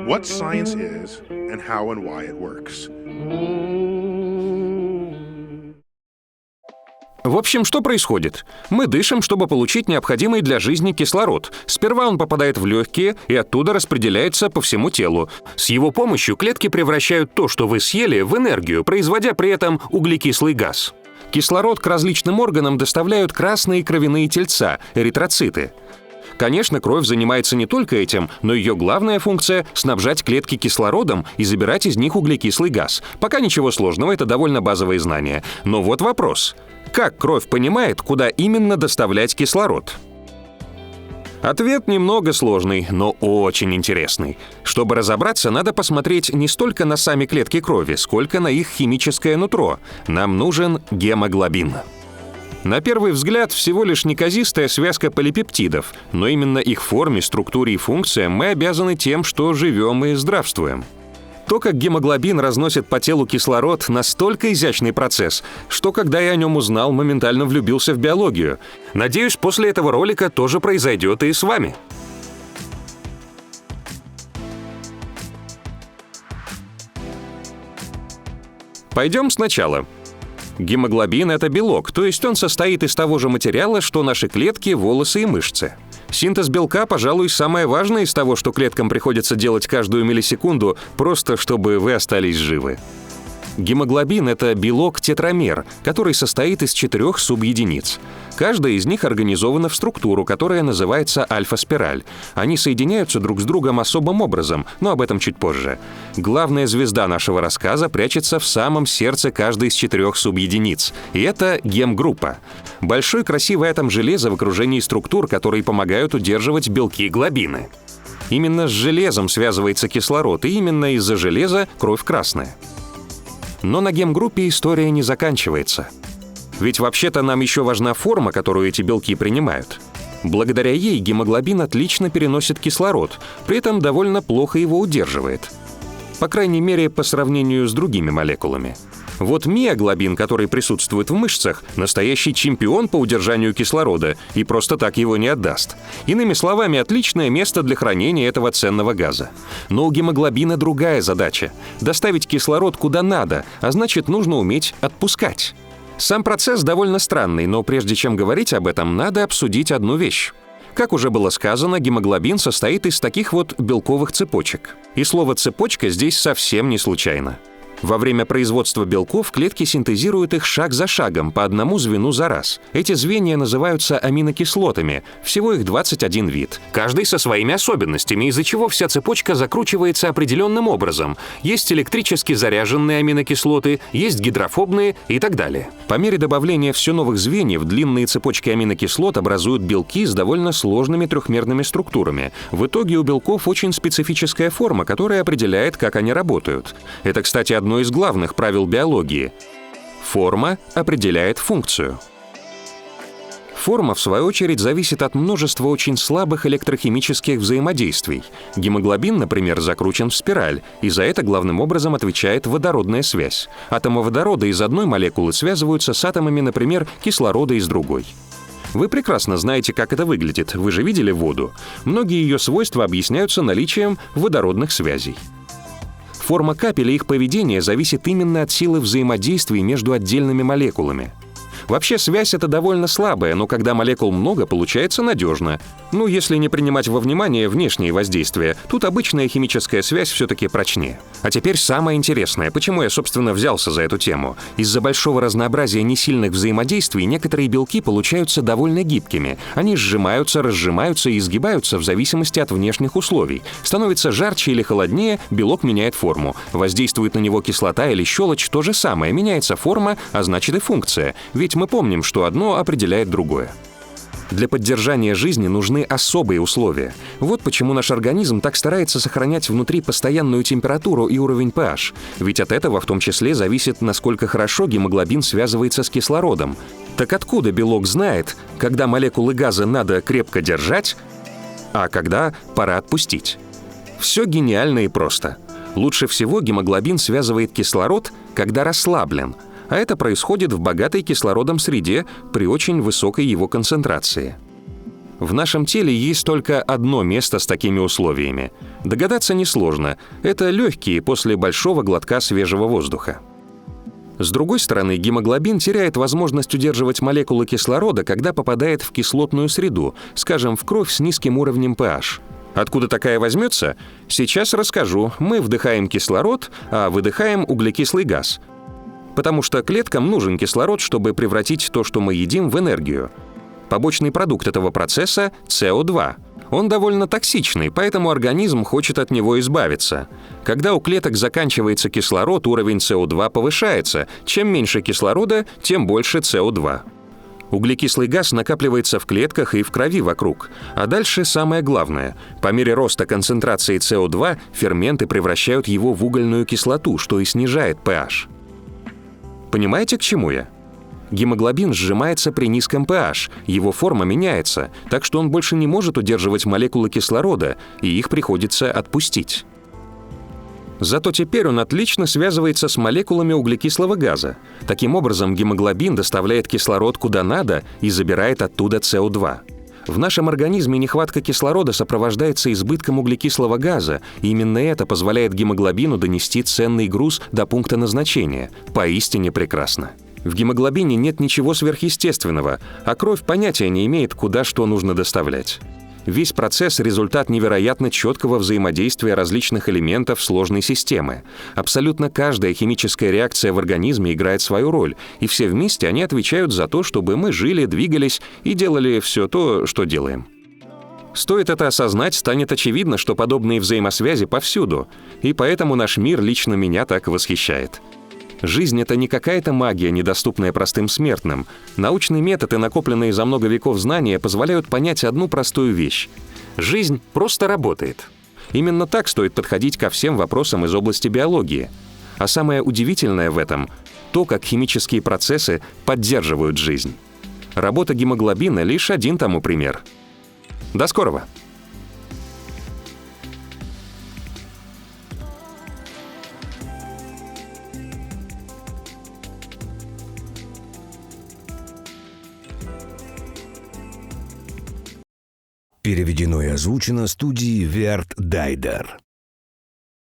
what science is and how and why it works. В общем, что происходит? Мы дышим, чтобы получить необходимый для жизни кислород. Сперва он попадает в легкие и оттуда распределяется по всему телу. С его помощью клетки превращают то, что вы съели, в энергию, производя при этом углекислый газ. Кислород к различным органам доставляют красные кровяные тельца – эритроциты. Конечно, кровь занимается не только этим, но ее главная функция – снабжать клетки кислородом и забирать из них углекислый газ. Пока ничего сложного, это довольно базовые знания. Но вот вопрос. Как кровь понимает, куда именно доставлять кислород? Ответ немного сложный, но очень интересный. Чтобы разобраться, надо посмотреть не столько на сами клетки крови, сколько на их химическое нутро. Нам нужен гемоглобин. На первый взгляд, всего лишь неказистая связка полипептидов, но именно их форме, структуре и функциям мы обязаны тем, что живем и здравствуем. То, как гемоглобин разносит по телу кислород, настолько изящный процесс, что, когда я о нем узнал, моментально влюбился в биологию. Надеюсь, после этого ролика тоже произойдет и с вами. Пойдем сначала. Гемоглобин — это белок, то есть он состоит из того же материала, что наши клетки, волосы и мышцы. Синтез белка, пожалуй, самое важное из того, что клеткам приходится делать каждую миллисекунду, просто чтобы вы остались живы. Гемоглобин — это белок-тетрамер, который состоит из 4 субъединиц. Каждая из них организована в структуру, которая называется альфа-спираль. Они соединяются друг с другом особым образом, но об этом чуть позже. Главная звезда нашего рассказа прячется в самом сердце каждой из 4 субъединиц, и это гемгруппа. Большой красивый атом железа в окружении структур, которые помогают удерживать белки-глобины. Именно с железом связывается кислород, и именно из-за железа кровь красная. Но на гемгруппе история не заканчивается. Ведь вообще-то нам еще важна форма, которую эти белки принимают. Благодаря ей гемоглобин отлично переносит кислород, при этом довольно плохо его удерживает. По крайней мере, по сравнению с другими молекулами. Вот миоглобин, который присутствует в мышцах, настоящий чемпион по удержанию кислорода и просто так его не отдаст. Иными словами, отличное место для хранения этого ценного газа. Но у гемоглобина другая задача – доставить кислород куда надо, а значит, нужно уметь отпускать. Сам процесс довольно странный, но прежде чем говорить об этом, надо обсудить одну вещь. Как уже было сказано, гемоглобин состоит из таких вот белковых цепочек. И слово «цепочка» здесь совсем не случайно. Во время производства белков клетки синтезируют их шаг за шагом, по одному звену за раз. Эти звенья называются аминокислотами, всего их 21 вид. Каждый со своими особенностями, из-за чего вся цепочка закручивается определенным образом. Есть электрически заряженные аминокислоты, есть гидрофобные и так далее. По мере добавления все новых звеньев, длинные цепочки аминокислот образуют белки с довольно сложными трехмерными структурами. В итоге у белков очень специфическая форма, которая определяет, как они работают. Это, кстати, одно из главных правил биологии. Форма определяет функцию. Форма, в свою очередь, зависит от множества очень слабых электрохимических взаимодействий. Гемоглобин, например, закручен в спираль, и за это главным образом отвечает водородная связь. Атомы водорода из одной молекулы связываются с атомами, например, кислорода из другой. Вы прекрасно знаете, как это выглядит, вы же видели воду. Многие ее свойства объясняются наличием водородных связей. Форма капель и их поведение зависит именно от силы взаимодействий между отдельными молекулами. Вообще связь — это довольно слабая, но когда молекул много, получается надежно. Ну, если не принимать во внимание внешние воздействия, тут обычная химическая связь все-таки прочнее. А теперь самое интересное, почему я, собственно, взялся за эту тему. Из-за большого разнообразия несильных взаимодействий некоторые белки получаются довольно гибкими. Они сжимаются, разжимаются и изгибаются в зависимости от внешних условий. Становится жарче или холоднее, белок меняет форму. Воздействует на него кислота или щелочь, то же самое. Меняется форма, а значит и функция. Ведь мы помним, что одно определяет другое. Для поддержания жизни нужны особые условия. Вот почему наш организм так старается сохранять внутри постоянную температуру и уровень pH. Ведь от этого в том числе зависит, насколько хорошо гемоглобин связывается с кислородом. Так откуда белок знает, когда молекулы газа надо крепко держать, а когда пора отпустить? Все гениально и просто. Лучше всего гемоглобин связывает кислород, когда расслаблен, а это происходит в богатой кислородом среде при очень высокой его концентрации. В нашем теле есть только одно место с такими условиями. Догадаться несложно. Это легкие после большого глотка свежего воздуха. С другой стороны, гемоглобин теряет возможность удерживать молекулы кислорода, когда попадает в кислотную среду, скажем, в кровь с низким уровнем pH. Откуда такая возьмется? Сейчас расскажу. Мы вдыхаем кислород, а выдыхаем углекислый газ. Потому что клеткам нужен кислород, чтобы превратить то, что мы едим, в энергию. Побочный продукт этого процесса – СО2. Он довольно токсичный, поэтому организм хочет от него избавиться. Когда у клеток заканчивается кислород, уровень СО2 повышается. Чем меньше кислорода, тем больше СО2. Углекислый газ накапливается в клетках и в крови вокруг. А дальше самое главное. По мере роста концентрации СО2 ферменты превращают его в угольную кислоту, что и снижает pH. Понимаете, к чему я? Гемоглобин сжимается при низком pH, его форма меняется, так что он больше не может удерживать молекулы кислорода, и их приходится отпустить. Зато теперь он отлично связывается с молекулами углекислого газа. Таким образом, гемоглобин доставляет кислород куда надо и забирает оттуда СО2. В нашем организме нехватка кислорода сопровождается избытком углекислого газа, и именно это позволяет гемоглобину донести ценный груз до пункта назначения. Поистине прекрасно. В гемоглобине нет ничего сверхъестественного, а кровь понятия не имеет, куда что нужно доставлять. Весь процесс – результат невероятно четкого взаимодействия различных элементов сложной системы. Абсолютно каждая химическая реакция в организме играет свою роль, и все вместе они отвечают за то, чтобы мы жили, двигались и делали все то, что делаем. Стоит это осознать, станет очевидно, что подобные взаимосвязи повсюду, и поэтому наш мир лично меня так восхищает. Жизнь — это не какая-то магия, недоступная простым смертным. Научный метод и накопленные за много веков знания позволяют понять одну простую вещь. Жизнь просто работает. Именно так стоит подходить ко всем вопросам из области биологии. А самое удивительное в этом — то, как химические процессы поддерживают жизнь. Работа гемоглобина — лишь один тому пример. До скорого! Переведено и озвучено студией Верт Дайдер.